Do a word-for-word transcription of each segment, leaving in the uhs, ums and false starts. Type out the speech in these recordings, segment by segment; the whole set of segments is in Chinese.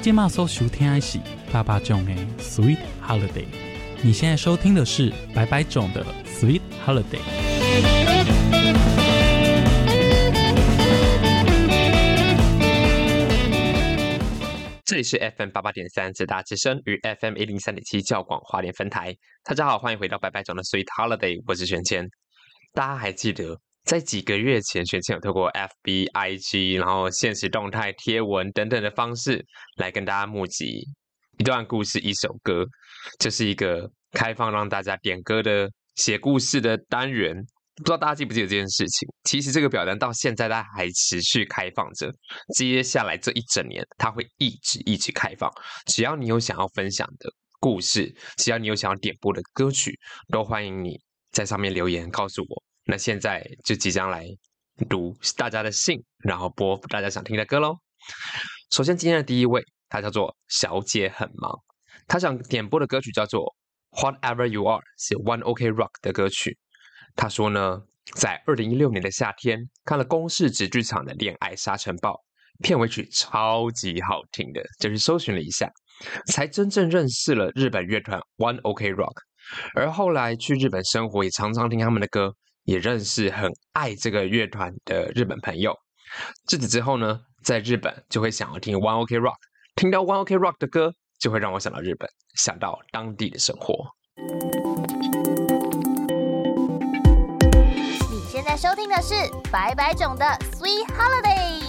即马所收听的是爸爸囧的 Sweet Holiday。你现在收听的是白白囧的 Sweet Holiday。 这里是 F M 八八点三直达之声与 F M 一零三点七教广华联分台。大家好，欢迎回到白白囧的 Sweet Holiday， 我是玄谦。大家还记得在几个月前，玄谦有透过 F B、I G， 然后限时动态、贴文等等的方式来跟大家募集一段故事、一首歌，这是一个开放让大家点歌的写故事的单元。不知道大家记不记得这件事情？其实这个表单到现在它还持续开放着，接下来这一整年它会一直一直开放。只要你有想要分享的故事，只要你有想要点播的歌曲，都欢迎你在上面留言告诉我。那现在就即将来读大家的信，然后播大家想听的歌咯。首先今天的第一位，他叫做小姐很忙，他想点播的歌曲叫做 Whatever You Are， 是 One OK Rock 的歌曲。他说呢，在二零一六年的夏天看了公视直剧场的恋爱沙尘暴，片尾曲超级好听的，就是搜寻了一下才真正认识了日本乐团 One OK Rock。 而后来去日本生活，也常常听他们的歌，也认识很爱这个乐团的日本朋友。自此之后呢，在日本就会想要听 One OK Rock， 听到 One OK Rock 的歌就会让我想到日本，想到当地的生活。 现在收听的是白白囧的 Sweet Holiday。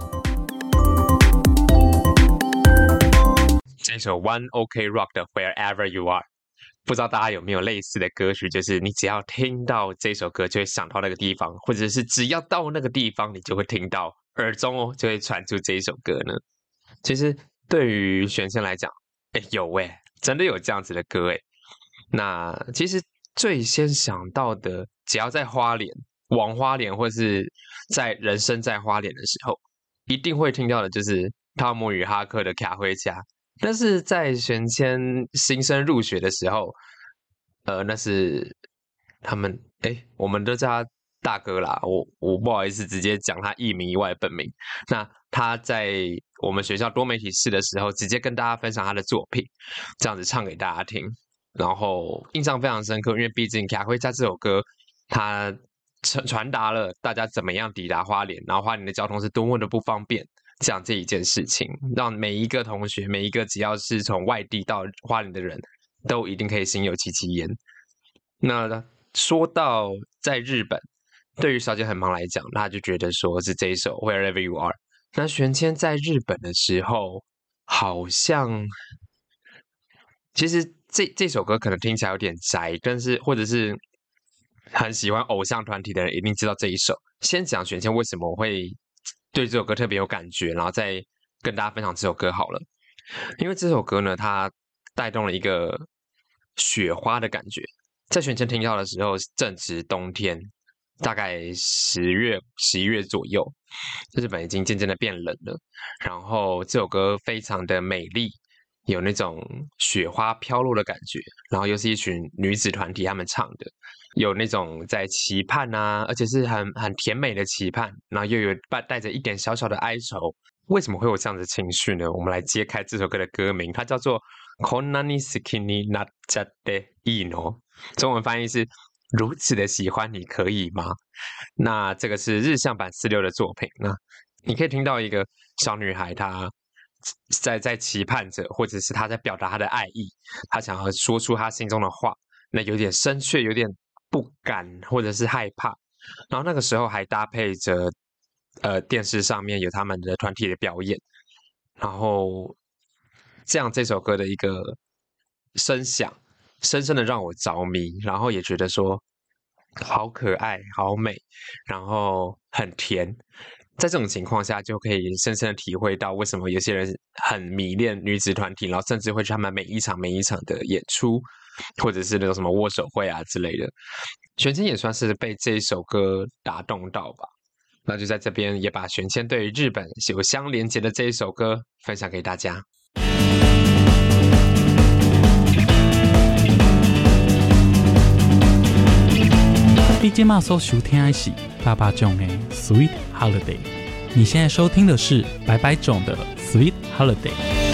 这首 One OK Rock 的 Wherever You Are， 不知道大家有没有类似的歌曲，就是你只要听到这首歌就会想到那个地方，或者是只要到那个地方你就会听到，耳中哦就会传出这一首歌呢？其实对于玄谦来讲，哎有哎，真的有这样子的歌哎。那其实最先想到的，只要在花莲往花莲，或是在人生在花莲的时候，一定会听到的就是汤姆与哈克的卡灰家。但是在玄谦新生入学的时候，呃，那是他们哎，我们都叫他大哥啦，我我不好意思直接讲他艺名以外的本名。那他在我们学校多媒体室的时候，直接跟大家分享他的作品，这样子唱给大家听，然后印象非常深刻，因为毕竟卡灰家这首歌，他传达了大家怎么样抵达花莲，然后花莲的交通是多么的不方便，这样这一件事情，让每一个同学，每一个只要是从外地到花莲的人都一定可以心有戚戚焉。那说到在日本，对于小姐很忙来讲，他就觉得说是这一首 Wherever You Are。 那玄谦在日本的时候，好像其实这这首歌可能听起来有点宅，但是或者是很喜欢偶像团体的人一定知道这一首。先讲玄谦为什么我会对这首歌特别有感觉，然后再跟大家分享这首歌好了。因为这首歌呢，它带动了一个雪花的感觉。在玄谦听到的时候正值冬天，大概十月十一月左右，日本已经渐渐的变冷了，然后这首歌非常的美丽，有那种雪花飘落的感觉，然后又是一群女子团体他们唱的，有那种在期盼啊，而且是很很甜美的期盼，然后又有带着一点小小的哀愁。为什么会有这样的情绪呢？我们来揭开这首歌的歌名，它叫做 Konnani Suki ni Nachatte Ii no， 中文翻译是如此的喜欢你可以吗？那这个是日向版四六的作品。那你可以听到一个小女孩她在在期盼着，或者是她在表达她的爱意，她想要说出她心中的话，那有点深邃，有点不敢，或者是害怕。然后那个时候还搭配着呃电视上面有他们的团体的表演，然后这样这首歌的一个声响深深的让我着迷，然后也觉得说好可爱好美，然后很甜。在这种情况下就可以深深的体会到为什么有些人很迷恋女子团体，然后甚至会去他们每一场每一场的演出，或者是那种什么握手会啊之类的。玄谦也算是被这一首歌打动到吧。那就在这边也把玄谦对于日本有相连结的这一首歌分享给大家。 你现在所收听的是爸爸囧的 Sweet Holiday。你现在收听的是白白囧的 Sweet Holiday。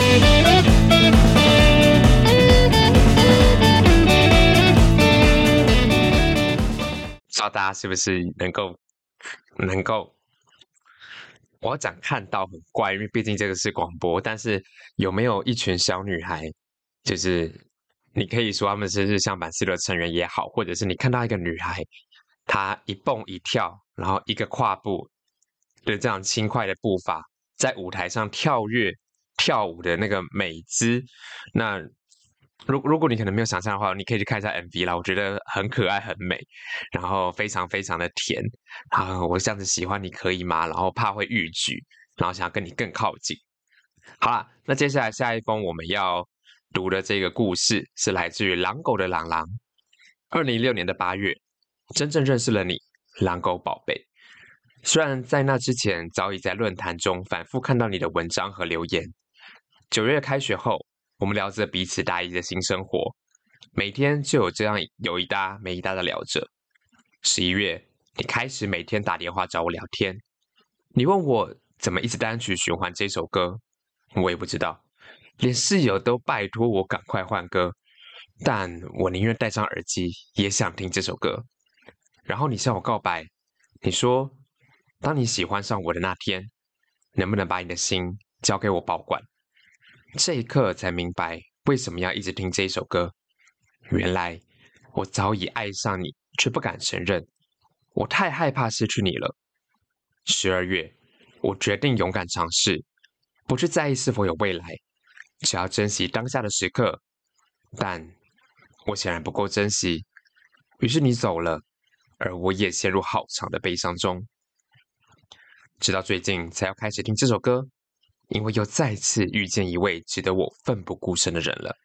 不知道大家是不是能够能够，我要讲看到很怪，因为毕竟这个是广播，但是有没有一群小女孩，就是你可以说她们是日向坂四的成员也好，或者是你看到一个女孩，她一蹦一跳，然后一个跨步的这样轻快的步伐，在舞台上跳跃跳舞的那个美姿，那如如果你可能没有想象的话，你可以去看一下 M V 啦，我觉得很可爱很美，然后非常非常的甜啊！我这样子喜欢你可以吗？然后怕会逾矩，然后想要跟你更靠近。好啦，那接下来下一封我们要读的这个故事是来自于狼狗的朗朗。二零一六年的八月，真正认识了你，狼狗宝贝。虽然在那之前早已在论坛中反复看到你的文章和留言。九月开学后，我们聊着彼此大一的新生活，每天就有这样有一搭没一搭的聊着。十一月，你开始每天打电话找我聊天，你问我怎么一直单曲循环这首歌，我也不知道，连室友都拜托我赶快换歌，但我宁愿戴上耳机也想听这首歌。然后你向我告白，你说，当你喜欢上我的那天，能不能把你的心交给我保管？这一刻才明白为什么要一直听这首歌。原来我早已爱上你，却不敢承认，我太害怕失去你了。十二月，我决定勇敢尝试，不去在意是否有未来，只要珍惜当下的时刻。但我显然不够珍惜，于是你走了，而我也陷入好长的悲伤中。直到最近才要开始听这首歌，因为又再次遇见一位值得我奋不顾身的人了。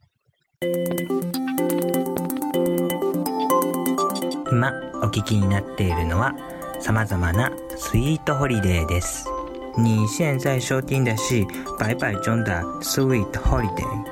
今お聞きになっているのは様々なスイートホリデーです。你现在收听的是百百中的 Sweet Holiday。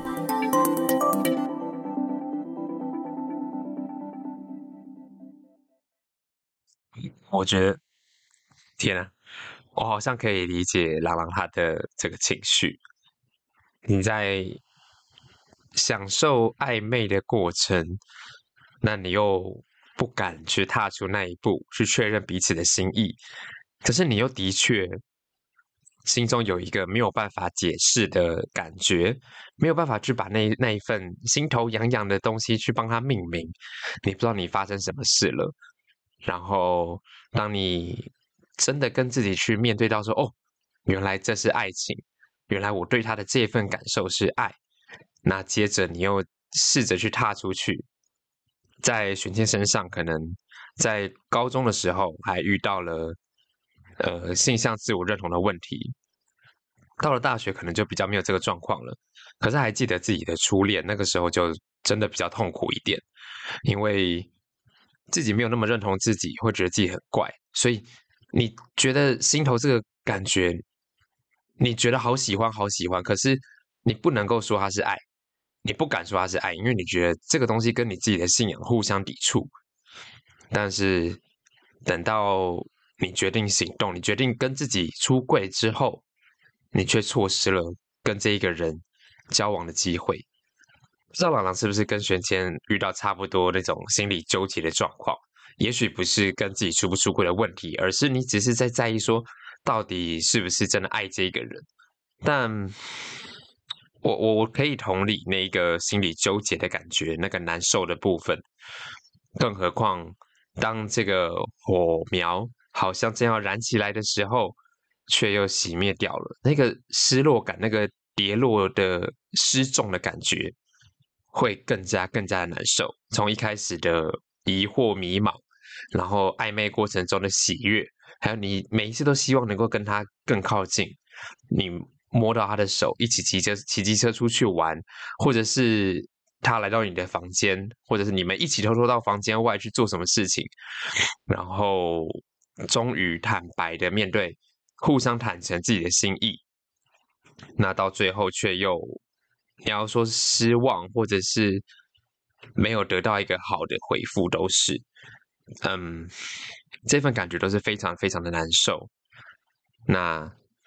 我觉得，天啊，我好像可以理解朗朗他的这个情绪。你在享受暧昧的过程，那你又不敢去踏出那一步，去确认彼此的心意。可是你又的确心中有一个没有办法解释的感觉，没有办法去把那那一份心头痒痒的东西去帮它命名。你不知道你发生什么事了。然后，当你真的跟自己去面对到说，哦，原来这是爱情，原来我对他的这份感受是爱。那接着你又试着去踏出去，在玄谦身上，可能在高中的时候还遇到了呃性向自我认同的问题，到了大学可能就比较没有这个状况了。可是还记得自己的初恋，那个时候就真的比较痛苦一点，因为自己没有那么认同自己，会觉得自己很怪，所以你觉得心头这个感觉，你觉得好喜欢好喜欢，可是你不能够说它是爱，你不敢说它是爱，因为你觉得这个东西跟你自己的信仰互相抵触。但是等到你决定行动，你决定跟自己出柜之后，你却错失了跟这一个人交往的机会。不知道朗朗是不是跟玄谦遇到差不多那种心理纠结的状况？也许不是跟自己出不出柜的问题，而是你只是在在意说，到底是不是真的爱这一个人。但我我我可以同理那个心理纠结的感觉，那个难受的部分。更何况，当这个火苗好像正要燃起来的时候，却又熄灭掉了，那个失落感，那个跌落的失重的感觉。会更加更加的难受。从一开始的疑惑迷茫，然后暧昧过程中的喜悦，还有你每一次都希望能够跟他更靠近，你摸到他的手，一起骑车骑机车出去玩，或者是他来到你的房间，或者是你们一起偷偷到房间外去做什么事情，然后终于坦白的面对，互相坦诚自己的心意，那到最后却又。你要说失望，或者是没有得到一个好的回复，都是，嗯，这份感觉都是非常非常的难受。那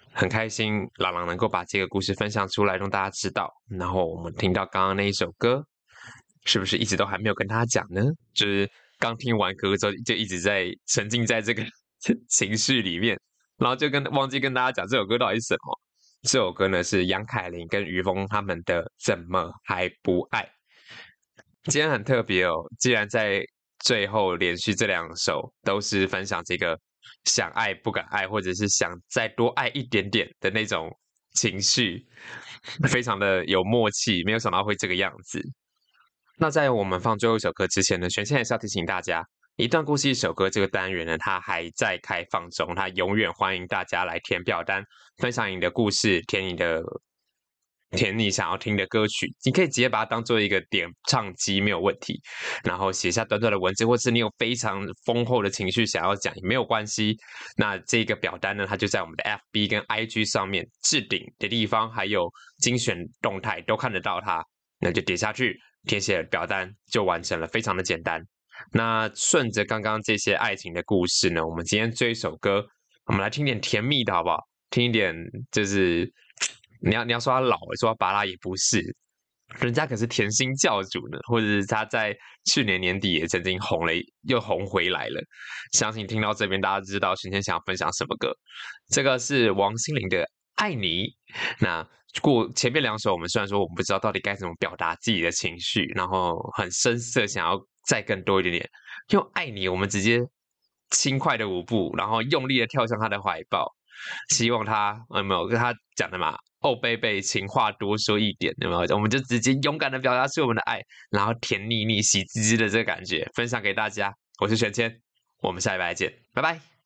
很开心朗朗能够把这个故事分享出来，让大家知道。然后我们听到刚刚那一首歌，是不是一直都还没有跟大家讲呢？就是刚听完歌之后，就一直在沉浸在这个情绪里面，然后就跟忘记跟大家讲这首歌到底是什么。这首歌呢是杨凯琳跟于峰他们的《怎么还不爱》。今天很特别哦，既然在最后连续这两首都是分享这个想爱不敢爱，或者是想再多爱一点点的那种情绪，非常的有默契，没有想到会这个样子。那在我们放最后一首歌之前呢，玄谦也是要提醒大家，一段故事一首歌这个单元呢，它还在开放中，它永远欢迎大家来填表单，分享你的故事，填你的填你想要听的歌曲，你可以直接把它当做一个点唱机，没有问题。然后写下短短的文字，或是你有非常丰厚的情绪想要讲，也没有关系。那这个表单呢，它就在我们的 F B 跟 I G 上面置顶的地方，还有精选动态都看得到它。那就点下去，填写表单就完成了，非常的简单。那顺着刚刚这些爱情的故事呢，我们今天这一首歌，我们来听点甜蜜的好不好？听一点就是你要你要说他老，说他拔拉也不是，人家可是甜心教主呢，或者是他在去年年底也曾经红了，又红回来了。相信听到这边，大家知道玄谦想要分享什么歌。这个是王心凌的《爱你》。那过前面两首，我们虽然说我们不知道到底该怎么表达自己的情绪，然后很深色，想要再更多一点点，用《爱你》，我们直接轻快的舞步，然后用力的跳向他的怀抱，希望他有没有跟他讲的嘛？哦，贝贝，情话多说一点，有没有？我们就直接勇敢的表达出我们的爱，然后甜腻腻、喜滋滋的这个感觉，分享给大家。我是玄谦，我们下礼拜见，拜拜。